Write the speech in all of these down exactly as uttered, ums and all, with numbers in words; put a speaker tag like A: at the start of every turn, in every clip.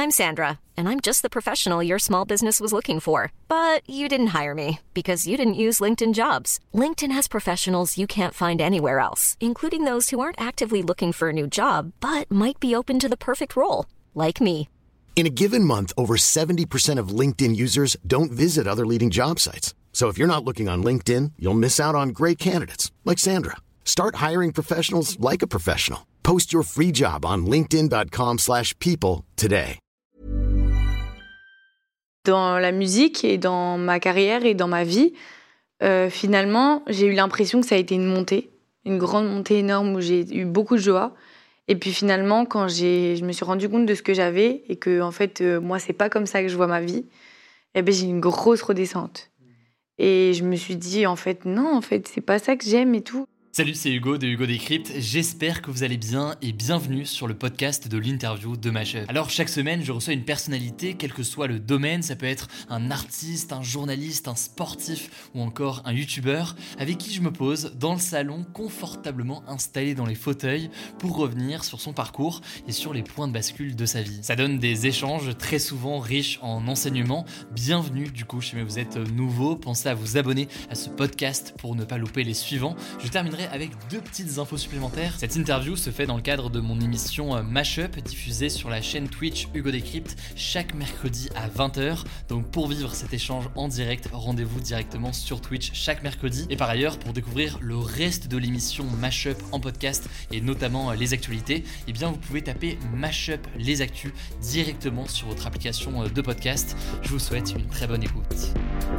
A: I'm Sandra, and I'm just the professional your small business was looking for. But you didn't hire me because you didn't use LinkedIn Jobs. LinkedIn has professionals you can't find anywhere else, including those who aren't actively looking for a new job, but might be open to the perfect role, like me.
B: In a given month, over seventy percent of LinkedIn users don't visit other leading job sites. So if you're not looking on LinkedIn, you'll miss out on great candidates like Sandra. Start hiring professionals like a professional. Post your free job on linkedin dot com slash people today.
C: Dans la musique et dans ma carrière et dans ma vie, euh, finalement, j'ai eu l'impression que ça a été une montée, une grande montée énorme où j'ai eu beaucoup de joie. Et puis finalement, quand j'ai, je me suis rendu compte de ce que j'avais et que en fait, euh, moi, c'est pas comme ça que je vois ma vie, eh ben, j'ai eu une grosse redescente. Et je me suis dit, en fait, non, en fait, c'est pas ça que j'aime et tout.
D: Salut, c'est Hugo de Hugo Décrypte, j'espère que vous allez bien et bienvenue sur le podcast de l'interview de Mashup. Alors chaque semaine, je reçois une personnalité, quel que soit le domaine, ça peut être un artiste, un journaliste, un sportif ou encore un youtubeur, avec qui je me pose dans le salon confortablement installé dans les fauteuils pour revenir sur son parcours et sur les points de bascule de sa vie. Ça donne des échanges très souvent riches en enseignements. Bienvenue du coup, si vous êtes nouveau, pensez à vous abonner à ce podcast pour ne pas louper les suivants. Je terminerai avec deux petites infos supplémentaires. Cette interview se fait dans le cadre de mon émission Mashup, diffusée sur la chaîne Twitch Hugo Décrypte chaque mercredi à vingt heures. Donc pour vivre cet échange en direct, rendez-vous directement sur Twitch chaque mercredi. Et par ailleurs, pour découvrir le reste de l'émission Mashup en podcast et notamment les actualités, eh bien vous pouvez taper Mashup les actus directement sur votre application de podcast. Je vous souhaite une très bonne écoute.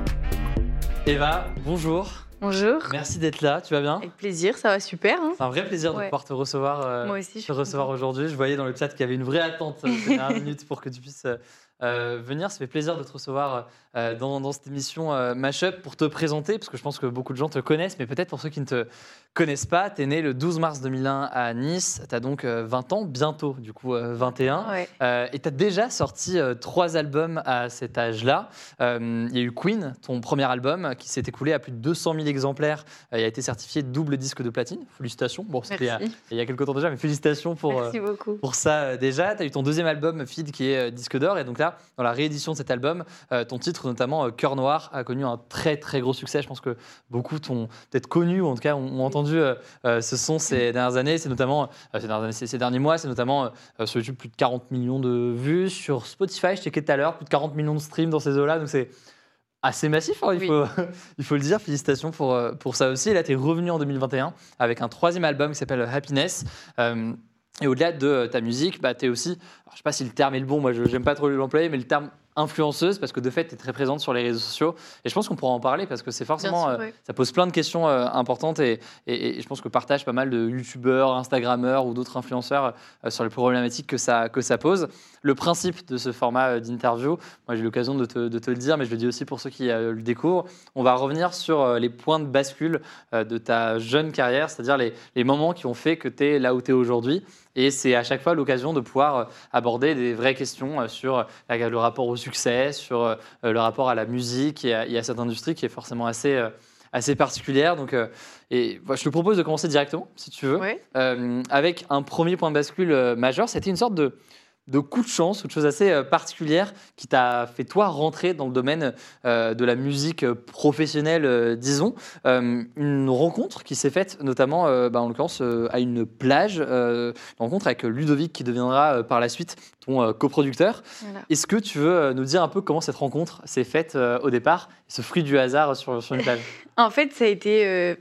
D: Eva, bonjour.
C: Bonjour.
D: Merci d'être là, tu vas bien ?
C: Avec plaisir, ça va super. Hein,
D: c'est un vrai plaisir
C: ouais.
D: de pouvoir te recevoir, euh,
C: Moi aussi, je
D: te recevoir aujourd'hui. Je voyais dans le chat qu'il y avait une vraie attente euh, ces dernières minutes pour que tu puisses euh, venir. Ça fait plaisir de te recevoir euh, dans, dans cette émission euh, Mashup pour te présenter, parce que je pense que beaucoup de gens te connaissent, mais peut-être pour ceux qui ne te connaissent pas, tu es né le douze mars deux mille un à Nice, tu as donc euh, vingt ans, bientôt du coup euh, vingt et un,
C: ouais.
D: euh, et tu as déjà sorti euh, trois albums à cet âge-là. Il euh, y a eu Queen, ton premier album, qui s'est écoulé à plus de deux cent mille exemplaires. Il a été certifié double disque de platine. Félicitations. Bon, c'était il y, a, il y a quelques temps déjà, mais félicitations pour,
C: Merci
D: euh,
C: beaucoup.
D: pour ça euh, déjà. Tu as eu ton deuxième album, Feed, qui est euh, disque d'or. Et donc là, dans la réédition de cet album, euh, ton titre, notamment euh, Cœur Noir, a connu un très très gros succès. Je pense que beaucoup t'ont peut-être connu, ou en tout cas ont, ont entendu euh, euh, ce son ces dernières années. C'est notamment, euh, ces, dernières années ces, ces derniers mois, c'est notamment euh, sur YouTube plus de quarante millions de vues. Sur Spotify, je checkais tout à l'heure, plus de quarante millions de streams dans ces eaux-là. Donc c'est assez massif, hein, il,
C: oui.
D: faut, il faut le dire. Félicitations pour, pour ça aussi. Et là, tu es revenu en deux mille vingt et un avec un troisième album qui s'appelle Happiness. Euh, et au-delà de ta musique, bah, tu es aussi, alors, je ne sais pas si le terme est le bon, moi je n'aime pas trop l'employer, mais le terme influenceuse, parce que de fait, tu es très présente sur les réseaux sociaux. Et je pense qu'on pourra en parler, parce que c'est forcément,
C: sûr,
D: euh,
C: oui.
D: ça pose plein de questions euh, importantes. Et, et, et je pense que partage pas mal de youtubeurs, instagrammeurs ou d'autres influenceurs euh, sur les problématiques que ça, que ça pose. Le principe de ce format d'interview, moi j'ai eu l'occasion de te, de te le dire, mais je le dis aussi pour ceux qui euh, le découvrent, on va revenir sur euh, les points de bascule euh, de ta jeune carrière, c'est-à-dire les, les moments qui ont fait que tu es là où tu es aujourd'hui. Et c'est à chaque fois l'occasion de pouvoir euh, aborder des vraies questions euh, sur euh, le rapport au succès, sur euh, le rapport à la musique et à, et à cette industrie qui est forcément assez... Euh, assez particulière. Donc, euh, et, bah, je te propose de commencer directement, si tu veux,
C: ouais.
D: euh, avec un premier point de bascule euh, majeur. C'était une sorte de, de coup de chance, ou de chose assez euh, particulière qui t'a fait, toi, rentrer dans le domaine euh, de la musique professionnelle, euh, disons. Euh, une rencontre qui s'est faite, notamment, euh, bah, en l'occurrence, euh, à une plage. Euh, une rencontre avec Ludovic, qui deviendra euh, par la suite ton euh, coproducteur. Voilà. Est-ce que tu veux euh, nous dire un peu comment cette rencontre s'est faite euh, au départ, ce fruit du hasard sur, sur une plage ?
C: En fait, ça a été euh,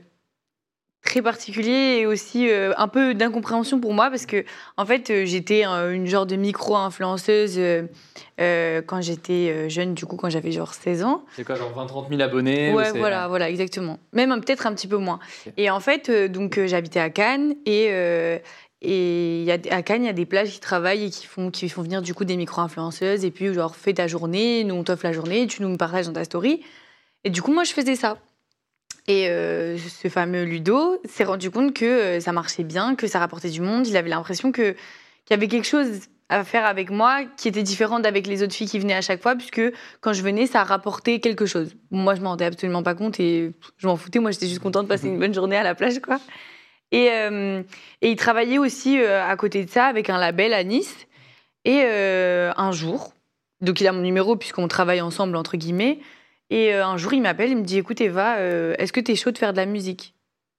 C: très particulier et aussi euh, un peu d'incompréhension pour moi parce que, en fait, euh, j'étais euh, une genre de micro-influenceuse euh, euh, quand j'étais euh, jeune, du coup, quand j'avais genre seize ans.
D: C'est quoi, genre vingt à trente mille abonnés ?
C: Ouais,
D: c'est...
C: voilà, voilà, exactement. Même euh, peut-être un petit peu moins. Okay. Et en fait, euh, donc, euh, j'habitais à Cannes et... Euh, Et y a, à Cannes, il y a des plages qui travaillent et qui font, qui font venir du coup des micro-influenceuses. Et puis, genre, fais ta journée, nous on t'offre la journée, tu nous partages dans ta story. Et du coup, moi, je faisais ça. Et euh, ce fameux Ludo s'est rendu compte que euh, ça marchait bien, que ça rapportait du monde. Il avait l'impression que, qu'il y avait quelque chose à faire avec moi qui était différent d'avec les autres filles qui venaient à chaque fois, puisque quand je venais, ça rapportait quelque chose. Moi, je m'en rendais absolument pas compte et je m'en foutais. Moi, j'étais juste contente de passer une bonne journée à la plage, quoi. Et, euh, et il travaillait aussi euh, à côté de ça avec un label à Nice. Et euh, un jour, donc il a mon numéro puisqu'on travaille ensemble, entre guillemets, et euh, un jour, il m'appelle, il me dit « Écoute, Eva, euh, est-ce que t'es chaud de faire de la musique ?»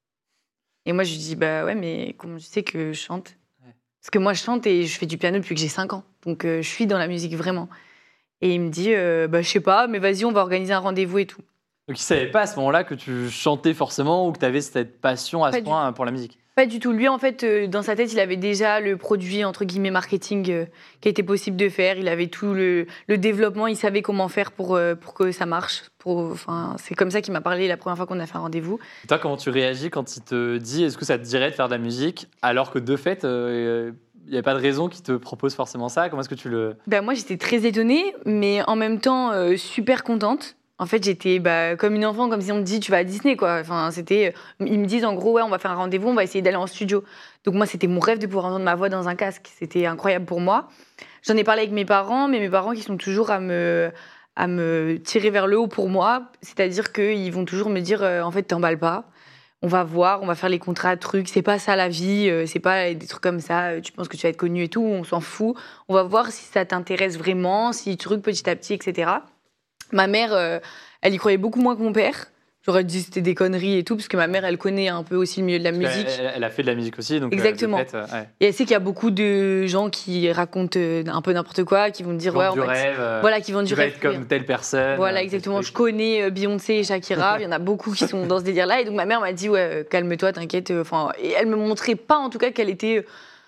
C: Et moi, je lui dis « Bah ouais, mais comment tu sais que je chante ?» Parce que moi, je chante et je fais du piano depuis que j'ai cinq ans. Donc, euh, je suis dans la musique vraiment. Et il me dit euh, « Bah je sais pas, mais vas-y, on va organiser un rendez-vous et tout. »
E: Donc il savait pas à ce moment-là que tu chantais forcément ou que tu avais cette passion à
C: Pas
E: ce
C: du
E: point pour la musique.
C: Pas du tout. Lui, en fait, euh, dans sa tête, il avait déjà le produit, entre guillemets, marketing euh, qui était possible de faire. Il avait tout le, le développement, il savait comment faire pour, euh, pour que ça marche. Pour, enfin, c'est comme ça qu'il m'a parlé la première fois qu'on a fait un rendez-vous.
E: Et toi, comment tu réagis quand il te dit est-ce que ça te dirait de faire de la musique alors que de fait, il euh, n'y a pas de raison qu'il te propose forcément ça? Comment est-ce que tu le...
C: Ben, moi, j'étais très étonnée, mais en même temps, euh, super contente. En fait, j'étais bah, comme une enfant, comme si on me dit tu vas à Disney, quoi. Enfin, c'était, ils me disent en gros, ouais, on va faire un rendez-vous, on va essayer d'aller en studio. Donc moi, c'était mon rêve de pouvoir entendre ma voix dans un casque. C'était incroyable pour moi. J'en ai parlé avec mes parents, mais mes parents qui sont toujours à me, à me tirer vers le haut pour moi. C'est-à-dire qu'ils vont toujours me dire, euh, en fait, t'emballes pas. On va voir, on va faire les contrats, trucs. C'est pas ça la vie, euh, c'est pas des trucs comme ça. Tu penses que tu vas être connu et tout, on s'en fout. On va voir si ça t'intéresse vraiment, si truc petit à petit, et cetera. Ma mère, euh, elle y croyait beaucoup moins que mon père. J'aurais dit que c'était des conneries et tout, parce que ma mère, elle connaît un peu aussi le milieu de la musique.
E: Elle, elle a fait de la musique aussi, donc
C: exactement.
E: Euh, de fait, euh, ouais.
C: Et elle sait qu'il y a beaucoup de gens qui racontent euh, un peu n'importe quoi, qui vont dire
E: ouais,
C: du
E: on rêve,
C: va, voilà, qui vont
E: tu
C: du
E: vas
C: rêve.
E: être comme telle personne.
C: Voilà,
E: euh,
C: exactement. Je connais euh, Beyoncé et Shakira. Il y en a beaucoup qui sont dans ce délire-là. Et donc ma mère m'a dit ouais, calme-toi, t'inquiète. Enfin, et elle me montrait pas, en tout cas, qu'elle était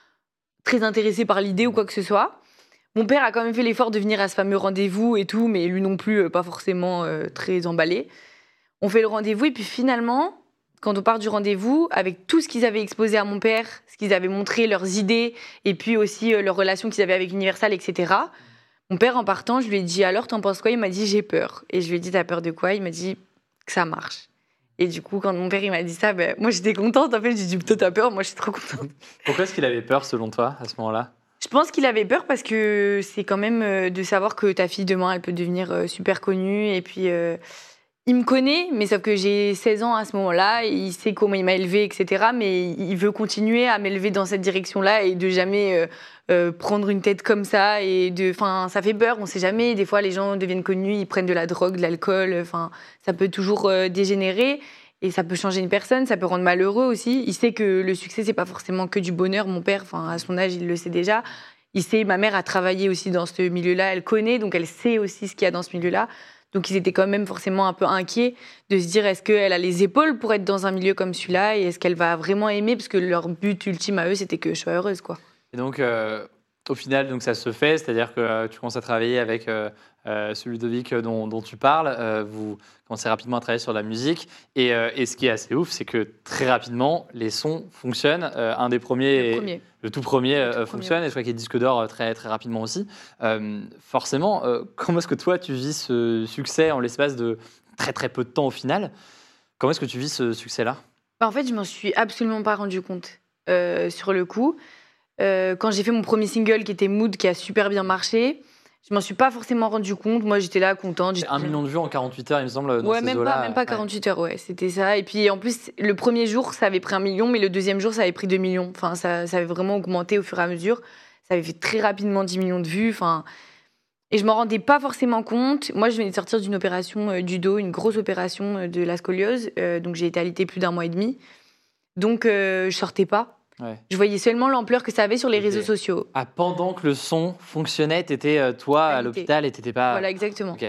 C: très intéressée par l'idée ou quoi que ce soit. Mon père a quand même fait l'effort de venir à ce fameux rendez-vous et tout, mais lui non plus, euh, pas forcément euh, très emballé. On fait le rendez-vous et puis finalement, quand on part du rendez-vous, avec tout ce qu'ils avaient exposé à mon père, ce qu'ils avaient montré, leurs idées, et puis aussi euh, leur relation qu'ils avaient avec Universal, et cetera. Mon père, en partant, je lui ai dit « Alors, t'en penses quoi ?» Il m'a dit « J'ai peur. » Et je lui ai dit « T'as peur de quoi ?» Il m'a dit « Que ça marche. » Et du coup, quand mon père il m'a dit ça, ben, moi j'étais contente. En fait, j'ai dit « Toi, t'as peur ?» Moi, je suis trop contente.
E: Pourquoi est-ce qu'il avait peur, selon toi, à ce moment-là?
C: Je pense qu'il avait peur parce que c'est quand même euh, de savoir que ta fille, demain, elle peut devenir euh, super connue. Et puis, euh, il me connaît, mais sauf que j'ai seize ans à ce moment-là. Et il sait comment il m'a élevée, et cetera. Mais il veut continuer à m'élever dans cette direction-là et de jamais euh, euh, prendre une tête comme ça. Et de, enfin, ça fait peur, on ne sait jamais. Des fois, les gens deviennent connus, ils prennent de la drogue, de l'alcool. Enfin, ça peut toujours euh, dégénérer. Et ça peut changer une personne, ça peut rendre malheureux aussi. Il sait que le succès, c'est pas forcément que du bonheur. Mon père, enfin, à son âge, il le sait déjà. Il sait, ma mère a travaillé aussi dans ce milieu-là, elle connaît, donc elle sait aussi ce qu'il y a dans ce milieu-là. Donc ils étaient quand même forcément un peu inquiets de se dire est-ce qu'elle a les épaules pour être dans un milieu comme celui-là et est-ce qu'elle va vraiment aimer, parce que leur but ultime à eux, c'était que je sois heureuse, quoi.
E: Et donc, euh, au final, donc, ça se fait, c'est-à-dire que euh, tu commences à travailler avec euh, euh, ce Ludovic dont, dont tu parles, euh, vous commencez rapidement à travailler sur la musique, et, euh, et ce qui est assez ouf, c'est que très rapidement, les sons fonctionnent. Euh, un des premiers,
C: Le premier.
E: le tout premier,
C: Le tout
E: euh, fonctionne,
C: premier.
E: et je crois qu'il y a disque d'or très, très rapidement aussi. Euh, forcément, euh, comment est-ce que toi, tu vis ce succès en l'espace de très très peu de temps au final? Comment est-ce que tu vis ce succès-là?
C: Bah, en fait, je m'en suis absolument pas rendu compte euh, sur le coup. Euh, quand j'ai fait mon premier single qui était Mood, qui a super bien marché, je m'en suis pas forcément rendu compte. Moi, j'étais là contente.
E: Un million de vues en quarante-huit heures, il me semble. Dans
C: ouais,
E: ces
C: même
E: eaux-là.
C: pas, même pas quarante-huit heures, ouais, c'était ça. Et puis en plus, le premier jour, ça avait pris un million, mais le deuxième jour, ça avait pris deux millions. Enfin, ça, ça avait vraiment augmenté au fur et à mesure. Ça avait fait très rapidement dix millions de vues. Enfin, et je m'en rendais pas forcément compte. Moi, je venais de sortir d'une opération euh, du dos, une grosse opération euh, de la scoliose. Euh, donc j'ai été alitée plus d'un mois et demi. Donc euh, je sortais pas.
E: Ouais.
C: Je voyais seulement l'ampleur que ça avait sur les
E: Okay.
C: réseaux sociaux.
E: Ah, pendant que le son fonctionnait, t'étais euh, toi à
C: Alité.
E: l'hôpital et t'étais pas.
C: Voilà, exactement.
E: Ok.
C: Et,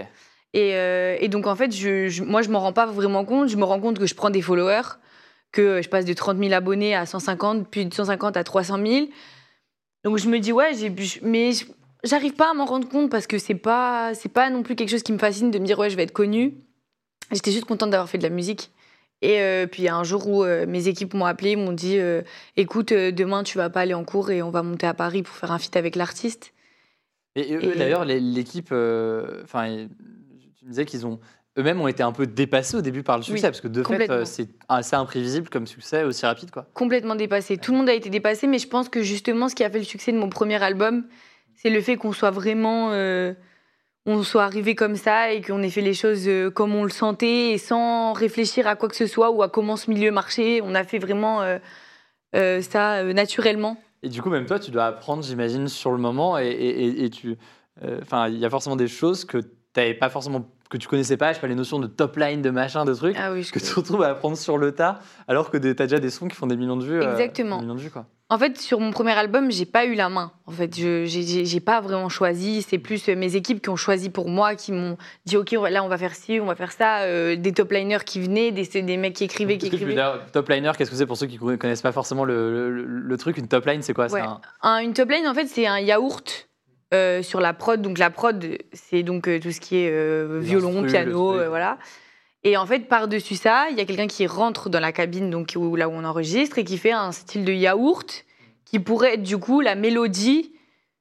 C: euh, et donc, en fait, je, je, moi, je m'en rends pas vraiment compte. Je me rends compte que je prends des followers, que je passe de trente mille abonnés à cent cinquante, puis de cent cinquante à trois cent mille. Donc, je me dis, ouais, j'ai, mais je, j'arrive pas à m'en rendre compte parce que c'est pas, c'est pas non plus quelque chose qui me fascine de me dire, ouais, je vais être connue. J'étais juste contente d'avoir fait de la musique. Et euh, puis, un jour où euh, mes équipes m'ont appelée, m'ont dit euh, écoute, euh, demain, tu vas pas aller en cours et on va monter à Paris pour faire un feat avec l'artiste.
E: Et, eux,
C: Et-
E: d'ailleurs, les- l'équipe, enfin, tu me disais qu'ils ont eux-mêmes ont été un peu dépassés au début par le succès,
C: Oui,
E: parce que de fait,
C: complètement.
E: euh, c'est assez imprévisible comme succès aussi rapide, quoi.
C: Complètement dépassé. Tout le monde a été dépassé, mais je pense que justement, ce qui a fait le succès de mon premier album, c'est le fait qu'on soit vraiment, euh, on soit arrivé comme ça et qu'on ait fait les choses euh, comme on le sentait et sans réfléchir à quoi que ce soit ou à comment ce milieu marchait. On a fait vraiment euh, euh, ça euh, naturellement.
E: Et du coup, même toi, tu dois apprendre, j'imagine, sur le moment. Et, et, et tu, enfin, euh, il y a forcément des choses que t'avais pas forcément, que tu connaissais pas. Je sais pas, les notions de top line, de machin, de trucs,
C: Ah oui, je
E: que tu
C: connais.
E: te retrouves à apprendre sur le tas, alors que des- t'as déjà des sons qui font des millions de vues.
C: Exactement.
E: Euh, des millions de vues, quoi.
C: En fait, sur mon premier album, j'ai pas eu la main. En fait, je j'ai- j'ai j'ai pas vraiment choisi. C'est plus euh, mes équipes qui ont choisi pour moi, qui m'ont dit ok, on va- là on va faire ci, on va faire ça. Euh, des top liners qui venaient, des, des mecs qui écrivaient, qui
E: Est-ce que tu veux
C: écrivaient.
E: dire, top liner, qu'est-ce que c'est pour ceux qui ne connaissent pas forcément le, le, le truc? Une top line, c'est quoi?
C: Ouais.
E: C'est un...
C: Un- une top line, en fait, c'est un yaourt euh, sur la prod. Donc la prod, c'est donc euh, tout ce qui est euh,
E: Les
C: violon,
E: instrus,
C: piano,
E: le truc.
C: euh, voilà. Et en fait, par-dessus ça, il y a quelqu'un qui rentre dans la cabine, donc où, là où on enregistre, et qui fait un style de yaourt qui pourrait être du coup la mélodie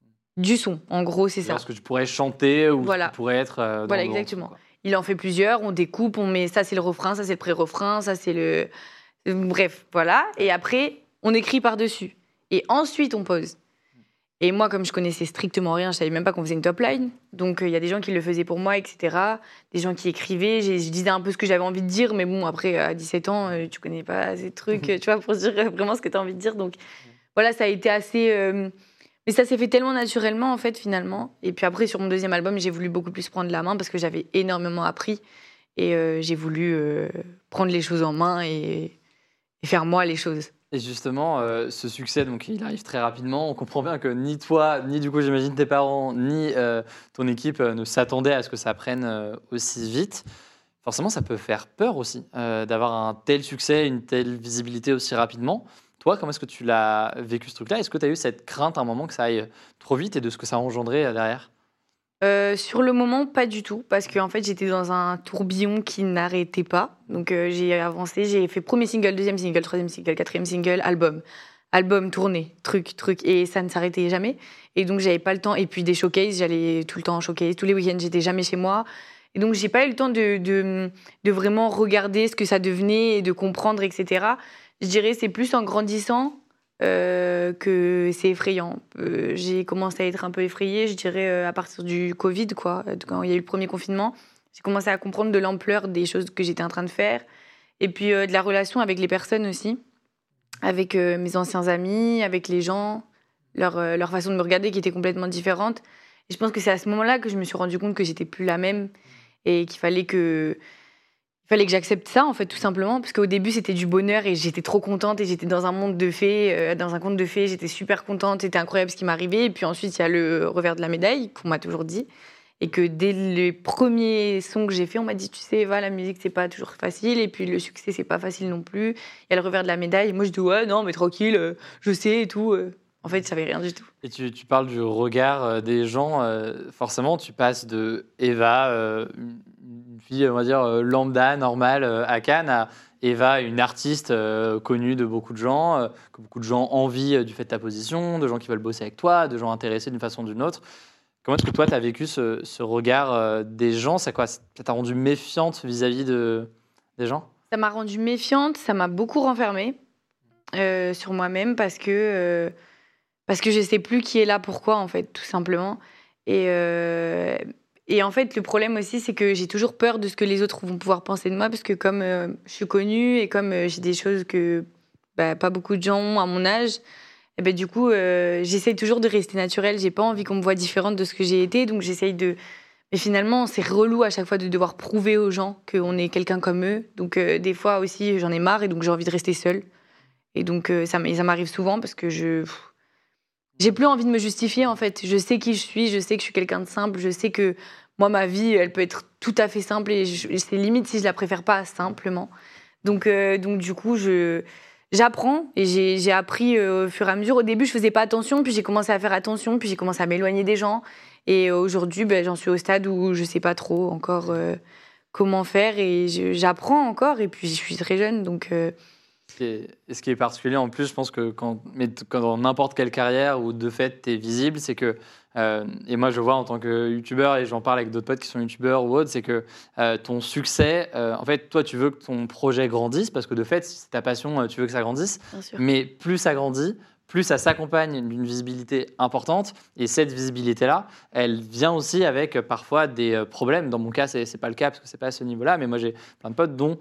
C: du son. En gros, c'est ça.
E: Ce que tu pourrais chanter ou
C: Voilà.
E: ce qui pourrait être. Euh, dans
C: Voilà,
E: le-
C: exactement. Il en fait plusieurs, on découpe, on met ça c'est le refrain, ça c'est le pré-refrain, ça c'est le... Bref, voilà. Et après, on écrit par-dessus. Et ensuite, on pose. Et moi, comme je connaissais strictement rien, je savais même pas qu'on faisait une top line. Donc, il y a des gens qui le faisaient pour moi, et cetera. Des gens qui écrivaient. J'ai- Je disais un peu ce que j'avais envie de dire. Mais bon, après, à dix-sept ans, euh, tu connais pas ces trucs, tu vois, pour dire vraiment ce que tu as envie de dire. Donc, voilà, ça a été assez... euh, Mais ça s'est fait tellement naturellement, en fait, finalement. Et puis après, sur mon deuxième album, j'ai voulu beaucoup plus prendre la main parce que j'avais énormément appris. Et euh, j'ai voulu euh, prendre les choses en main et, et faire moi les choses.
E: Et justement, euh, ce succès, donc, il arrive très rapidement. On comprend bien que ni toi, ni du coup, j'imagine tes parents, ni euh, ton équipe euh, ne s'attendaient à ce que ça prenne euh, aussi vite. Forcément, ça peut faire peur aussi euh, d'avoir un tel succès, une telle visibilité aussi rapidement. Toi, comment est-ce que tu l'as vécu ce truc-là? Est-ce que tu as eu cette crainte à un moment que ça aille trop vite et de ce que ça engendrait euh, derrière?
C: Euh, sur le moment, pas du tout, parce qu'en fait, j'étais dans un tourbillon qui n'arrêtait pas. Donc, euh, j'ai avancé, j'ai fait premier single, deuxième single, troisième single, quatrième single, album. Album, tournée, truc, truc, et ça ne s'arrêtait jamais. Et donc, j'avais pas le temps. Et puis, des showcases, j'allais tout le temps en showcase. Tous les week-ends, j'étais jamais chez moi. Et donc, j'ai pas eu le temps de, de, de vraiment regarder ce que ça devenait et de comprendre, et cetera. Je dirais c'est plus en grandissant euh, que c'est effrayant. Euh, j'ai commencé à être un peu effrayée, je dirais, euh, à partir du Covid, quoi. Quand il y a eu le premier confinement, j'ai commencé à comprendre de l'ampleur des choses que j'étais en train de faire. Et puis euh, de la relation avec les personnes aussi, avec euh, mes anciens amis, avec les gens, leur, euh, leur façon de me regarder qui était complètement différente. Et je pense que c'est à ce moment-là que je me suis rendu compte que j'étais plus la même et qu'il fallait que... Il fallait que j'accepte ça, en fait, tout simplement, parce qu'au début, c'était du bonheur et j'étais trop contente et j'étais dans un monde de fées, euh, dans un conte de fées, j'étais super contente, c'était incroyable ce qui m'arrivait. Et puis ensuite, il y a le revers de la médaille, qu'on m'a toujours dit, et que dès les premiers sons que j'ai faits, on m'a dit, tu sais, Eva, la musique, c'est pas toujours facile, et puis le succès, c'est pas facile non plus. Il y a le revers de la médaille, et moi, je dis, ouais, non, mais tranquille, euh, je sais et tout. euh. En fait, je savais rien du tout.
E: Et tu, tu parles du regard euh, des gens. euh, forcément, tu passes de Eva, euh, une fille, on va dire, euh, lambda, normale, euh, à Cannes, à Eva, une artiste euh, connue de beaucoup de gens, euh, que beaucoup de gens envient euh, du fait de ta position, de gens qui veulent bosser avec toi, de gens intéressés d'une façon ou d'une autre. Comment est-ce que toi, tu as vécu ce, ce regard euh, des gens? Ça quoi, ça t'a rendu méfiante vis-à-vis de, des gens?
C: Ça m'a rendue méfiante, ça m'a beaucoup renfermée euh, sur moi-même parce que, euh, parce que je sais plus qui est là, pourquoi, en fait, tout simplement. Et, euh, et en fait, le problème aussi, c'est que j'ai toujours peur de ce que les autres vont pouvoir penser de moi parce que comme euh, je suis connue et comme euh, j'ai des choses que bah, pas beaucoup de gens ont à mon âge, et ben, du coup, euh, j'essaye toujours de rester naturelle. J'ai pas envie qu'on me voit différente de ce que j'ai été, donc j'essaye de... Mais finalement, c'est relou à chaque fois de devoir prouver aux gens qu'on est quelqu'un comme eux. Donc euh, des fois aussi, j'en ai marre et donc j'ai envie de rester seule. Et donc euh, ça, m- ça m'arrive souvent parce que je... pff, j'ai plus envie de me justifier en fait. Je sais qui je suis, je sais que je suis quelqu'un de simple, je sais que moi, ma vie, elle peut être tout à fait simple et je- c'est limite si je la préfère pas simplement. Donc, euh, donc du coup, je... J'apprends et j'ai j'ai appris euh, au fur et à mesure. Au début, je faisais pas attention, puis j'ai commencé à faire attention, puis j'ai commencé à m'éloigner des gens. Et aujourd'hui, ben, j'en suis au stade où je sais pas trop encore euh, comment faire et je- j'apprends encore. Et puis, je suis très jeune, donc euh,
E: Ce qui est, et ce qui est particulier en plus, je pense que quand, mais t- quand dans n'importe quelle carrière où de fait tu es visible, c'est que, euh, et moi je vois en tant que youtubeur, et j'en parle avec d'autres potes qui sont youtubeurs ou autres, c'est que euh, ton succès, euh, en fait, toi tu veux que ton projet grandisse, parce que de fait, si c'est ta passion, euh, tu veux que ça grandisse,
C: bien sûr.
E: mais plus ça grandit, plus ça s'accompagne d'une visibilité importante, et cette visibilité-là, elle vient aussi avec euh, parfois des euh, problèmes. Dans mon cas, c'est c'est pas le cas, parce que c'est pas à ce niveau-là, mais moi j'ai plein de potes dont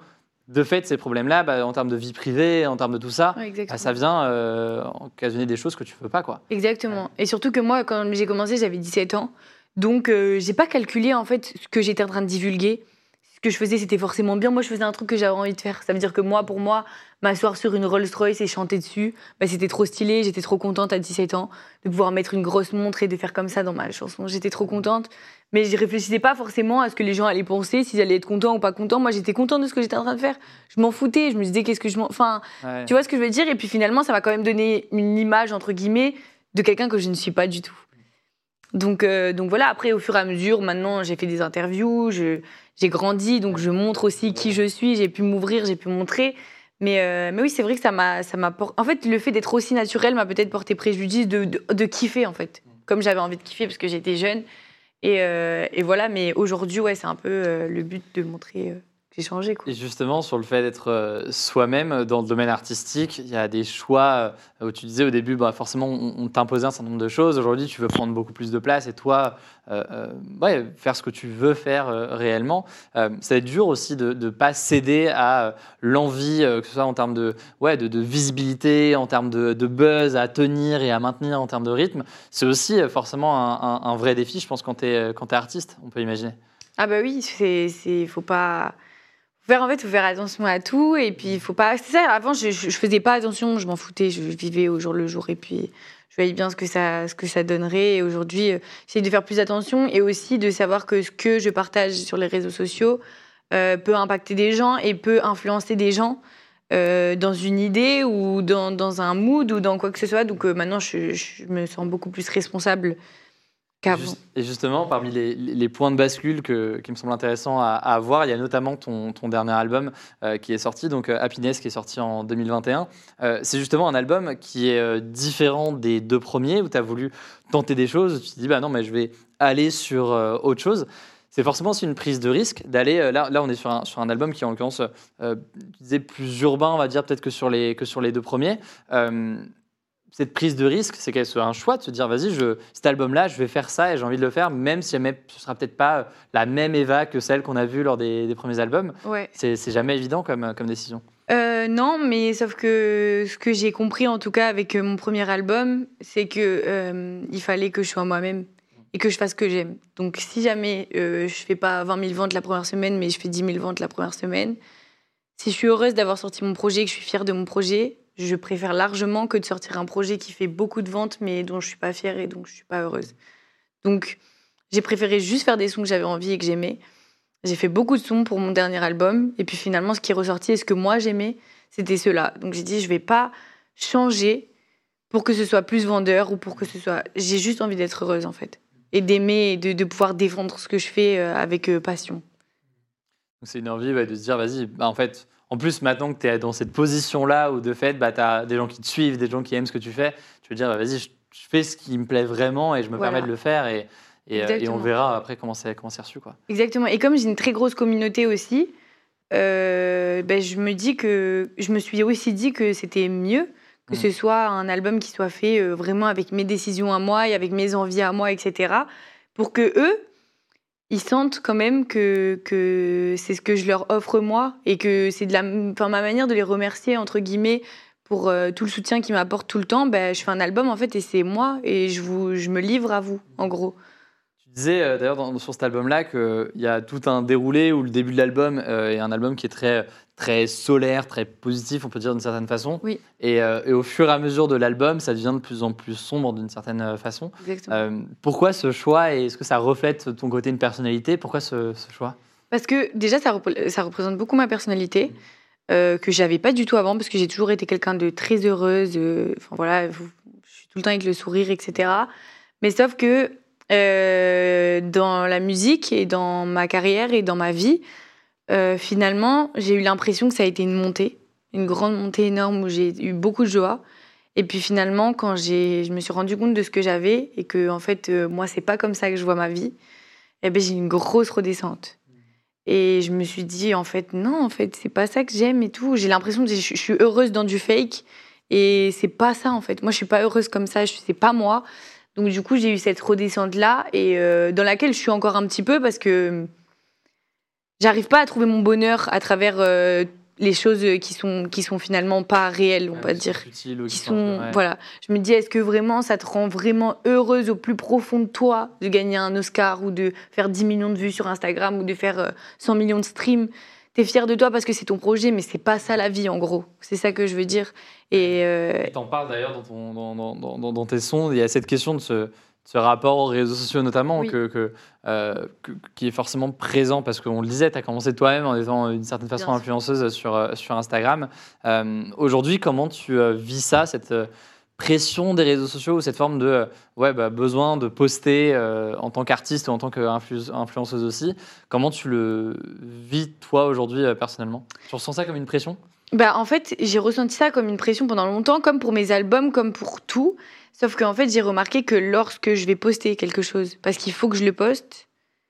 E: de fait, ces problèmes-là, bah, en termes de vie privée, en termes de tout ça,
C: Ouais,
E: bah, ça vient euh, occasionner des choses que tu veux pas, quoi.
C: Exactement. Et surtout que moi, quand j'ai commencé, j'avais dix-sept ans. Donc, euh, j'ai pas calculé, en fait, ce que j'étais en train de divulguer. Ce que je faisais, c'était forcément bien. Moi, je faisais un truc que j'avais envie de faire. Ça veut dire que moi, pour moi, m'asseoir sur une Rolls-Royce et chanter dessus, bah, c'était trop stylé. J'étais trop contente à dix-sept ans de pouvoir mettre une grosse montre et de faire comme ça dans ma chanson. J'étais trop contente. Mais je réfléchissais pas forcément à ce que les gens allaient penser, s'ils allaient être contents ou pas contents. Moi, j'étais contente de ce que j'étais en train de faire. Je m'en foutais. Je me disais, qu'est-ce que je m'en... Enfin,
E: Ouais.
C: tu vois ce que je veux dire? Et puis finalement, ça m'a quand même donné une image, entre guillemets, de quelqu'un que je ne suis pas du tout. Donc, euh, donc voilà, après, au fur et à mesure, maintenant, j'ai fait des interviews, je, j'ai grandi, donc je montre aussi qui je suis, j'ai pu m'ouvrir, j'ai pu montrer. Mais, euh, mais oui, c'est vrai que ça m'a, ça m'a por- En fait, le fait d'être aussi naturel m'a peut-être porté préjudice de, de, de kiffer, en fait. Comme j'avais envie de kiffer parce que j'étais jeune. Et, euh, et voilà, mais aujourd'hui, ouais, c'est un peu euh, le but de montrer... Euh, j'ai changé, quoi.
E: Et justement, sur le fait d'être euh, soi-même dans le domaine artistique, il y a des choix euh, où tu disais au début, bah, forcément, on, on t'imposait un certain nombre de choses. Aujourd'hui, tu veux prendre beaucoup plus de place et toi, euh, euh, ouais, faire ce que tu veux faire euh, réellement. Euh, ça va être dur aussi de ne pas céder à euh, l'envie, euh, que ce soit en termes de, ouais, de, de visibilité, en termes de, de buzz à tenir et à maintenir en termes de rythme. C'est aussi euh, forcément un, un, un vrai défi, je pense, quand tu es quand t'es artiste, on peut imaginer.
C: Ah bah oui, c'est, c'est, faut pas... Faut faire, en fait, faut faire attention à tout. Et puis, il faut pas... C'est ça, avant, je, je, je faisais pas attention, je m'en foutais, je vivais au jour le jour. Et puis, je voyais bien ce que ça, ce que ça donnerait. Et aujourd'hui, euh, j'essaie de faire plus attention et aussi de savoir que ce que je partage sur les réseaux sociaux euh, peut impacter des gens et peut influencer des gens euh, dans une idée ou dans, dans un mood ou dans quoi que ce soit. Donc, euh, maintenant, je, je me sens beaucoup plus responsable qu'avant.
E: Juste- et justement, parmi les, les points de bascule que, qui me semblent intéressants à, à avoir, il y a notamment ton, ton dernier album euh, qui est sorti, donc euh, Happiness, qui est sorti en deux mille vingt et un. Euh, c'est justement un album qui est euh, différent des deux premiers, où tu as voulu tenter des choses, tu te dis, bah non, mais je vais aller sur euh, autre chose. C'est forcément aussi une prise de risque d'aller. euh, Là, là, on est sur un, sur un album qui, en l'occurrence, euh, tu disais plus urbain, on va dire, peut-être que sur les, que sur les deux premiers. Euh, cette prise de risque, c'est qu'elle soit un choix de se dire, vas-y, je, cet album-là, je vais faire ça et j'ai envie de le faire, même si jamais ce sera peut-être pas la même Eva que celle qu'on a vue lors des, des premiers albums.
C: Ouais.
E: C'est, c'est jamais évident comme, comme décision.
C: Euh, non, mais sauf que ce que j'ai compris, en tout cas, avec euh, mon premier album, c'est que euh, il fallait que je sois moi-même et que je fasse ce que j'aime. Donc, si jamais euh, je fais pas vingt mille ventes la première semaine, mais je fais dix mille ventes la première semaine, si je suis heureuse d'avoir sorti mon projet, que je suis fière de mon projet, je préfère largement que de sortir un projet qui fait beaucoup de ventes, mais dont je suis pas fière et dont je suis pas heureuse. Donc, j'ai préféré juste faire des sons que j'avais envie et que j'aimais. J'ai fait beaucoup de sons pour mon dernier album. Et puis finalement, ce qui est ressorti et ce que moi j'aimais, c'était ceux-là. Donc j'ai dit, je vais pas changer pour que ce soit plus vendeur ou pour que ce soit... J'ai juste envie d'être heureuse, en fait. Et d'aimer et de, de pouvoir défendre ce que je fais euh, avec euh, passion.
E: Donc, c'est une envie ouais, de se dire, vas-y, bah, en fait, en plus, maintenant que tu es dans cette position-là où de fait, bah, tu as des gens qui te suivent, des gens qui aiment ce que tu fais, tu veux dire, bah, vas-y, je, je fais ce qui me plaît vraiment et je me
C: Voilà.
E: permets de le faire. Et, et, euh, et on verra après comment c'est, comment c'est reçu, quoi.
C: Exactement. Et comme j'ai une très grosse communauté aussi, euh, ben, je me dis que je me suis aussi dit que c'était mieux que
E: Mmh.
C: ce soit un album qui soit fait euh, vraiment avec mes décisions à moi et avec mes envies à moi, et cetera. Pour que eux, ils sentent quand même que, que c'est ce que je leur offre moi et que c'est de la, enfin, ma manière de les remercier, entre guillemets, pour euh, tout le soutien qu'ils m'apportent tout le temps. Ben, je fais un album, en fait, et c'est moi, et je, vous, je me livre à vous, en gros.
E: Tu disais euh, d'ailleurs dans- sur cet album-là qu'il y a tout un déroulé où le début de l'album euh, est un album qui est très, très solaire, très positif, on peut dire d'une certaine façon.
C: Oui.
E: Et, euh, et au fur et à mesure de l'album, ça devient de plus en plus sombre d'une certaine euh, façon.
C: Exactement.
E: Euh, pourquoi ce choix et est-ce que ça reflète ton côté, une personnalité? Pourquoi ce, ce choix?
C: Parce que déjà, ça, repr- ça représente beaucoup ma personnalité, euh, que j'avais pas du tout avant, parce que j'ai toujours été quelqu'un de très heureuse. euh, Enfin voilà, je suis tout le temps avec le sourire, et cetera. Mais sauf que euh, dans la musique et dans ma carrière et dans ma vie, euh, finalement, j'ai eu l'impression que ça a été une montée, une grande montée énorme où j'ai eu beaucoup de joie. Et puis finalement, quand j'ai, je me suis rendu compte de ce que j'avais et que en fait, euh, moi, c'est pas comme ça que je vois ma vie, eh ben, j'ai eu une grosse redescente. Et je me suis dit, en fait, non, en fait, c'est pas ça que j'aime et tout. J'ai l'impression que je je suis heureuse dans du fake. Et c'est pas ça, en fait. Moi, je suis pas heureuse comme ça. Je- C'est pas moi. Donc, du coup, j'ai eu cette redescente-là et euh, dans laquelle je suis encore un petit peu parce que j'arrive pas à trouver mon bonheur à travers euh, les choses qui sont, qui sont finalement pas réelles, on
E: Ouais,
C: va
E: qui
C: dire.
E: sont futiles ou
C: Qui
E: qui
C: sont,
E: sont un peu- ouais.
C: voilà. Je me dis, est-ce que vraiment ça te rend vraiment heureuse au plus profond de toi de gagner un Oscar ou de faire dix millions de vues sur Instagram ou de faire euh, cent millions de streams? T'es fière de toi parce que c'est ton projet, mais c'est pas ça la vie en gros. C'est ça que je veux dire. Et euh,
E: Et t'en parles d'ailleurs dans, ton- dans, dans, dans, dans- dans tes sons. Il y a cette question de ce, ce rapport aux réseaux sociaux notamment
C: Oui.
E: que, que, euh, que- qui est forcément présent parce qu'on le disait, tu as commencé toi-même en étant d'une certaine façon
C: Bien sûr.
E: influenceuse sur, euh, sur Instagram. Euh, Aujourd'hui, comment tu euh, vis ça, cette euh, pression des réseaux sociaux ou cette forme de euh, ouais, bah, besoin de poster euh, en tant qu'artiste ou en tant qu'influenceuse aussi? Comment tu le vis toi aujourd'hui euh, personnellement? Tu ressens ça comme une pression?
C: Bah, en fait, j'ai ressenti ça comme une pression pendant longtemps, comme pour mes albums, comme pour tout. Sauf qu'en fait, j'ai remarqué que lorsque je vais poster quelque chose, parce qu'il faut que je le poste,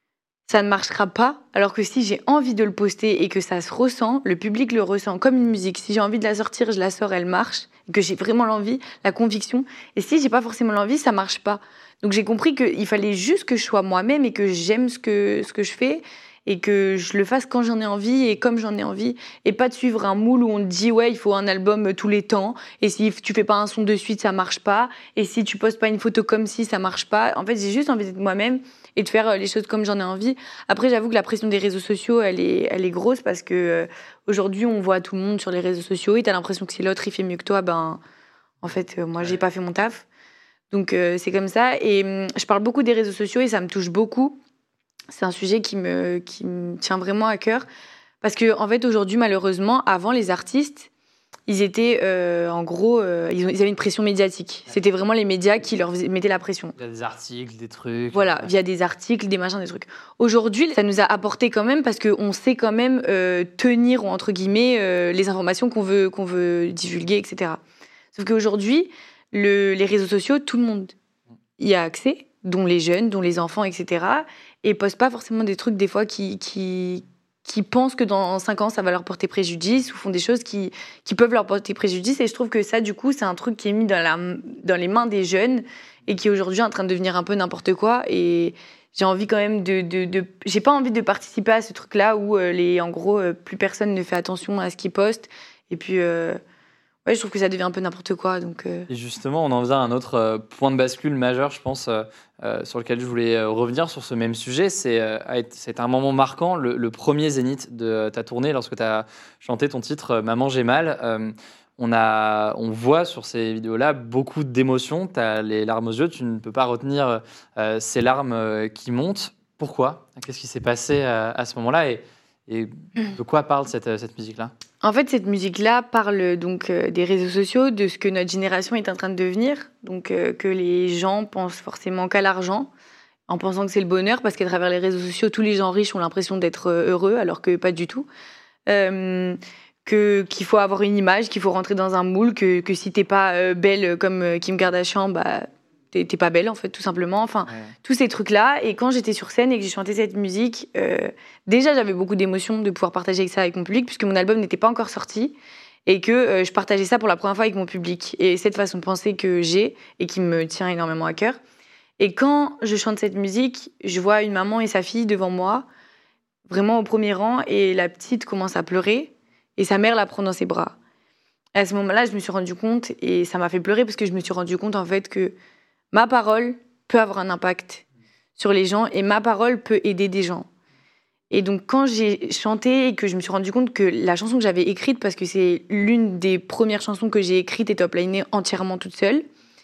C: ça ne marchera pas. Alors que si j'ai envie de le poster et que ça se ressent, le public le ressent comme une musique. Si j'ai envie de la sortir, je la sors, elle marche. Et que j'ai vraiment l'envie, la conviction. Et si j'ai pas forcément l'envie, ça marche pas. Donc j'ai compris qu'il fallait juste que je sois moi-même et que j'aime ce que, ce que je fais et que je le fasse quand j'en ai envie et comme j'en ai envie. Et pas de suivre un moule où on te dit ouais, il faut un album tous les temps. Et si tu fais pas un son de suite, ça marche pas. Et si tu postes pas une photo comme si, ça marche pas. En fait, j'ai juste envie d'être moi-même et de faire les choses comme j'en ai envie. Après, j'avoue que la pression des réseaux sociaux, elle est, elle est grosse parce que euh, aujourd'hui, on voit tout le monde sur les réseaux sociaux et t'as l'impression que si l'autre il fait mieux que toi, ben en fait, euh, moi, j'ai pas fait mon taf. Donc euh, c'est comme ça. Et hum, je parle beaucoup des réseaux sociaux et ça me touche beaucoup. C'est un sujet qui me, qui me tient vraiment à cœur. Parce que, en fait, aujourd'hui, malheureusement, avant, les artistes, ils étaient, euh, en gros, euh, ils, ont- ils avaient une pression médiatique. C'était vraiment les médias qui leur faisaient- mettaient la pression.
E: Il y a des articles, des trucs.
C: Voilà,
E: Ouais.
C: via des articles, des machins, des trucs. Aujourd'hui, ça nous a apporté quand même, parce qu'on sait quand même euh, tenir, ou entre guillemets, euh, les informations qu'on veut, qu'on veut divulguer, et cetera. Sauf qu'aujourd'hui, le, les réseaux sociaux, tout le monde y a accès, dont les jeunes, dont les enfants, et cetera. Et postent pas forcément des trucs, des fois, qui, qui, qui pensent que dans cinq ans, ça va leur porter préjudice, ou font des choses qui, qui peuvent leur porter préjudice. Et je trouve que ça, du coup, c'est un truc qui est mis dans, la, dans les mains des jeunes, et qui est aujourd'hui en train de devenir un peu n'importe quoi. Et j'ai envie quand même de... de, de... J'ai pas envie de participer à ce truc-là, où, euh, les, en gros, euh, plus personne ne fait attention à ce qu'ils postent. Et puis... Euh, ouais, je trouve que ça devient un peu n'importe quoi. Donc, euh...
E: Et justement, on en vient à un autre euh, point de bascule majeur, je pense, euh, euh, sur lequel je voulais euh, revenir sur ce même sujet. C'est euh, a été- c'est un moment marquant, le, le premier zénith de ta tournée, lorsque tu as chanté ton titre euh, Maman, j'ai mal. Euh, on, a, on voit sur ces vidéos-là beaucoup d'émotions. Tu as les larmes aux yeux, tu ne peux pas retenir euh, ces larmes euh, qui montent. Pourquoi? Qu'est-ce qui s'est passé euh, à ce moment-là et, et de quoi parle cette, cette musique-là?
C: En fait, cette musique-là parle donc euh, des réseaux sociaux, de ce que notre génération est en train de devenir. Donc, euh, que les gens pensent forcément qu'à l'argent, en pensant que c'est le bonheur, parce qu'à travers les réseaux sociaux, tous les gens riches ont l'impression d'être euh, heureux, alors que pas du tout. Euh, que qu'il faut avoir une image, qu'il faut rentrer dans un moule, que, que si t'es pas euh, belle comme euh, Kim Kardashian, bah t'es t'es pas belle en fait, tout simplement. Enfin,
E: Ouais.
C: tous ces trucs-là. Et quand j'étais sur scène et que j'ai chanté cette musique, euh, déjà j'avais beaucoup d'émotions de pouvoir partager ça avec mon public, puisque mon album n'était pas encore sorti et que euh, je partageais ça pour la première fois avec mon public. Et cette façon de penser que j'ai et qui me tient énormément à cœur. Et quand je chante cette musique, je vois une maman et sa fille devant moi, vraiment au premier rang, et la petite commence à pleurer et sa mère la prend dans ses bras. Et à ce moment-là, je me suis rendu compte, et ça m'a fait pleurer parce que je me suis rendu compte en fait que ma parole peut avoir un impact sur les gens et ma parole peut aider des gens. Et donc quand j'ai chanté et que je me suis rendu compte que la chanson que j'avais écrite, parce que c'est l'une des premières chansons que j'ai écrites et top-linées entièrement toute seule,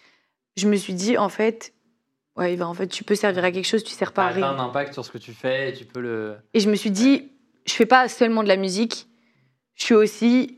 C: je me suis dit en fait, ouais, ben en fait tu peux servir à quelque chose, tu sers pas à
E: Ça a
C: rien.
E: un impact sur ce que tu fais et tu peux le...
C: Et je me suis dit, je fais pas seulement de la musique, je suis aussi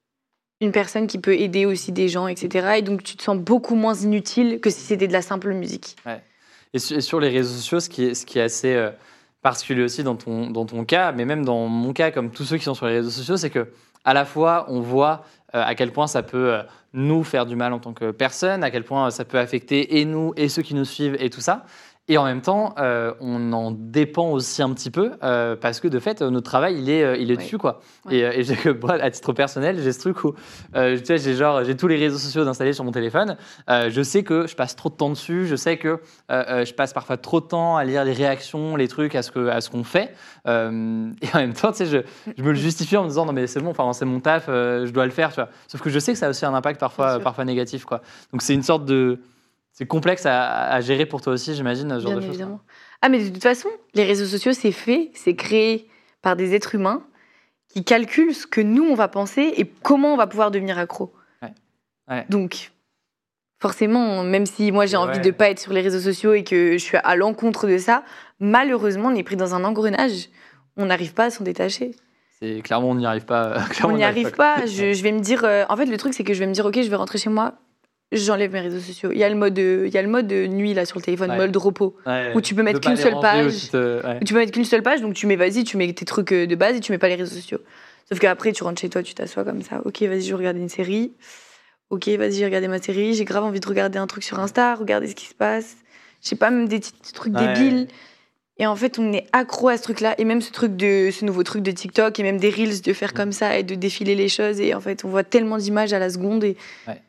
C: une personne qui peut aider aussi des gens, et cetera. Et donc tu te sens beaucoup moins inutile que si c'était de la simple musique.
E: Et sur, et sur les réseaux sociaux, ce qui est, ce qui est assez euh, particulier aussi dans ton, dans ton cas, mais même dans mon cas, comme tous ceux qui sont sur les réseaux sociaux, c'est que à la fois, on voit euh, à quel point ça peut euh, nous faire du mal en tant que personne, à quel point ça peut affecter et nous et ceux qui nous suivent et tout ça. Et en même temps, euh, on en dépend aussi un petit peu euh, parce que de fait, notre travail, il est, euh, il est ouais. dessus, quoi. Ouais. Et, et j'ai que moi, à titre personnel, j'ai ce truc où euh, tu sais, j'ai genre, j'ai tous les réseaux sociaux installés sur mon téléphone. Euh, je sais que je passe trop de temps dessus. Je sais que euh, euh, je passe parfois trop de temps à lire les réactions, les trucs, à ce que, à ce qu'on fait. Euh, et en même temps, tu sais, je, je me le justifie en me disant non mais c'est bon, enfin c'est mon taf, euh, je dois le faire, tu vois. Sauf que je sais que ça a aussi un impact parfois, parfois négatif, quoi. Donc c'est une sorte de C'est complexe à, à gérer pour toi aussi, j'imagine, ce genre
C: Bien
E: de choses.
C: Évidemment. Ah, mais de toute façon, les réseaux sociaux, c'est fait, c'est créé par des êtres humains qui calculent ce que nous, on va penser et comment on va pouvoir devenir accro.
E: Ouais. Ouais.
C: Donc, forcément, même si moi, j'ai ouais. envie de ne pas être sur les réseaux sociaux et que je suis à l'encontre de ça, malheureusement, on est pris dans un engrenage. On n'arrive pas à s'en détacher.
E: C'est, clairement, on n'y arrive pas.
C: On n'y arrive pas. pas. Je, je vais me dire... Euh, en fait, le truc, c'est que je vais me dire, OK, je vais rentrer chez moi. J'enlève mes réseaux sociaux. Il y a le mode, il y a le mode nuit là sur le téléphone, ouais. mode repos,
E: ouais,
C: où tu peux mettre qu'une seule page. Te... Ouais. Où tu peux mettre qu'une seule page, donc tu mets vas-y, tu mets tes trucs de base et tu mets pas les réseaux sociaux. Sauf qu'après tu rentres chez toi, tu t'assois comme ça. Ok, vas-y, je regarde une série. Ok, vas-y, j'ai regardé ma série. J'ai grave envie de regarder un truc sur Insta, regarder ce qui se passe. Je sais pas, même des petits trucs ouais. débiles. Et en fait, on est accro à ce truc-là. Et même ce truc de, ce nouveau truc de TikTok et même des reels de faire comme ça et de défiler les choses. Et en fait, on voit tellement d'images à la seconde et
E: ouais.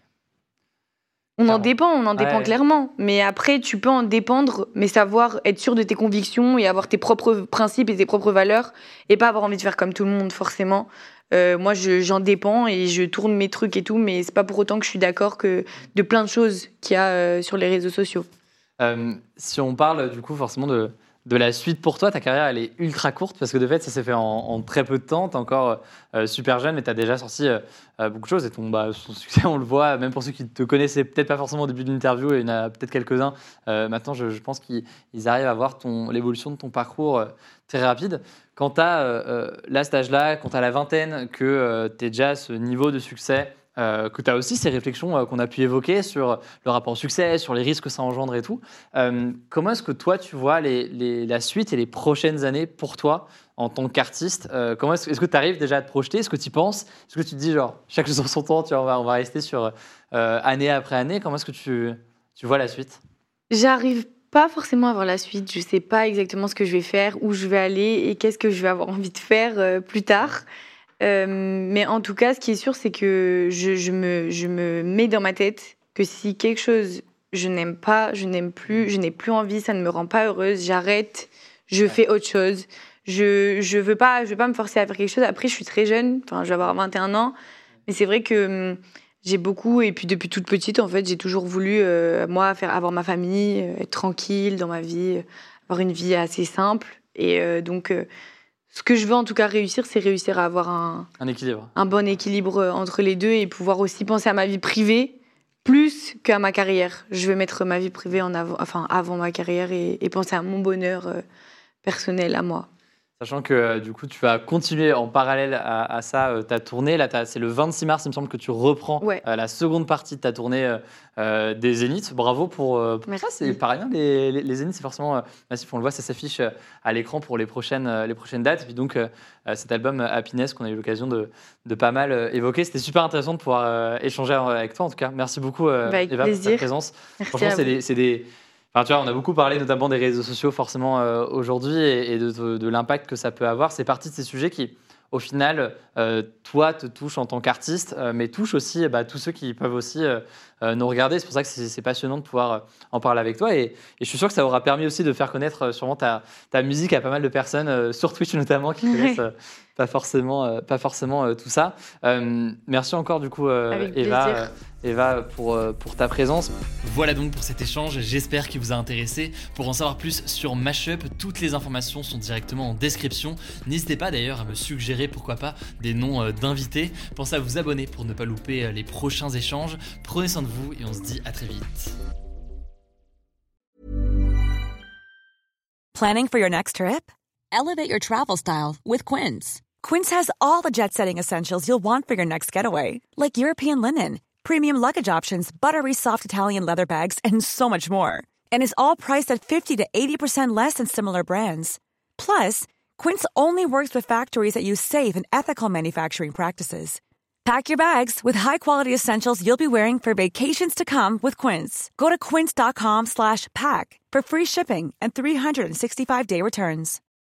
C: On en dépend, on en dépend ouais. clairement. Mais après, tu peux en dépendre, mais savoir être sûr de tes convictions et avoir tes propres principes et tes propres valeurs et pas avoir envie de faire comme tout le monde, forcément. Euh, moi, je, j'en dépends et je tourne mes trucs et tout, mais c'est pas pour autant que je suis d'accord que de plein de choses qu'il y a euh, sur les réseaux sociaux.
E: Euh, si on parle, du coup, forcément de... de la suite pour toi, ta carrière elle est ultra courte parce que de fait ça s'est fait en, en très peu de temps, tu es encore euh, super jeune mais tu as déjà sorti euh, beaucoup de choses et ton, bah, ton succès on le voit, même pour ceux qui te connaissaient peut-être pas forcément au début de l'interview, et il y en a peut-être quelques-uns, euh, maintenant je, je pense qu'ils ils arrivent à voir ton, l'évolution de ton parcours euh, très rapide. Quand tu as euh, là cet âge-là, quand tu as la vingtaine, que euh, tu es déjà à ce niveau de succès, Euh, que tu as aussi ces réflexions euh, qu'on a pu évoquer sur le rapport au succès, sur les risques que ça engendre et tout. Euh, comment est-ce que toi, tu vois les, les, la suite et les prochaines années pour toi en tant qu'artiste? euh, comment est-ce, est-ce que tu arrives déjà à te projeter? Est-ce que tu y penses? Est-ce que tu te dis, genre, chaque chose en son temps, tu vois, on, va, on va rester sur euh, année après année? Comment est-ce que tu, tu vois la suite?
C: J'arrive pas forcément à voir la suite. Je sais pas exactement ce que je vais faire, où je vais aller et qu'est-ce que je vais avoir envie de faire euh, plus tard. Euh, mais en tout cas, ce qui est sûr, c'est que je, je, me, je me mets dans ma tête que si quelque chose je n'aime pas, je n'aime plus, je n'ai plus envie, ça ne me rend pas heureuse, j'arrête, je fais autre chose. Je je veux pas, je veux pas me forcer à faire quelque chose. Après, je suis très jeune, enfin, je vais avoir vingt et un ans, mais c'est vrai que hum, j'ai beaucoup, et puis depuis toute petite, en fait, j'ai toujours voulu, euh, moi, faire avoir ma famille, euh, être tranquille dans ma vie, euh, avoir une vie assez simple, et euh, donc. Euh, Ce que je veux en tout cas réussir, c'est réussir à avoir un,
E: un équilibre,
C: un bon équilibre entre les deux et pouvoir aussi penser à ma vie privée plus qu'à ma carrière. Je veux mettre ma vie privée en avant, enfin avant ma carrière et, et penser à mon bonheur euh, personnel à moi.
E: Sachant que euh, du coup, tu vas continuer en parallèle à, à ça euh, ta tournée. Là, c'est le vingt-six mars, il me semble, que tu reprends
C: ouais.
E: euh, la seconde partie de ta tournée euh, euh, des Zéniths. Bravo pour, euh, pour ça. C'est pas rien. Les, les, les Zéniths, c'est forcément euh, massif. On le voit, ça s'affiche euh, à l'écran pour les prochaines, euh, les prochaines dates. Et puis donc, euh, cet album euh, Happiness qu'on a eu l'occasion de, de pas mal euh, évoquer. C'était super intéressant de pouvoir euh, échanger avec toi, en tout cas. Merci beaucoup, euh,
C: bah,
E: Eva,
C: plaisir.
E: pour ta présence.
C: Merci
E: Franchement, c'est des, c'est des Enfin, tu vois, on a beaucoup parlé notamment des réseaux sociaux forcément euh, aujourd'hui et, et de, de, de l'impact que ça peut avoir. C'est partie de ces sujets qui, au final, euh, toi, te touchent en tant qu'artiste, euh, mais touchent aussi bah, tous ceux qui peuvent aussi euh, euh, nous regarder. C'est pour ça que c'est, c'est passionnant de pouvoir euh, en parler avec toi. Et, et je suis sûr que ça aura permis aussi de faire connaître euh, sûrement ta, ta musique à pas mal de personnes, euh, sur Twitch notamment, qui connaissent euh, pas forcément, euh, pas forcément euh, tout ça. Euh, merci encore du coup, euh, Eva. Euh, Eva, pour, pour ta présence.
D: Voilà donc pour cet échange, j'espère qu'il vous a intéressé. Pour en savoir plus sur Mashup, toutes les informations sont directement en description. N'hésitez pas d'ailleurs à me suggérer, pourquoi pas, des noms d'invités. Pensez à vous abonner pour ne pas louper les prochains échanges. Prenez soin de vous et on se dit à très vite.
F: Planning for your next trip? Elevate your travel style with Quince. Quince has all the jet-setting essentials you'll want for your next getaway, like European linen, premium luggage options, buttery soft Italian leather bags, and so much more. And is all priced at fifty to eighty percent less than similar brands. Plus, Quince only works with factories that use safe and ethical manufacturing practices. Pack your bags with high-quality essentials you'll be wearing for vacations to come with Quince. Go to quince.com slash pack for free shipping and three sixty-five day returns.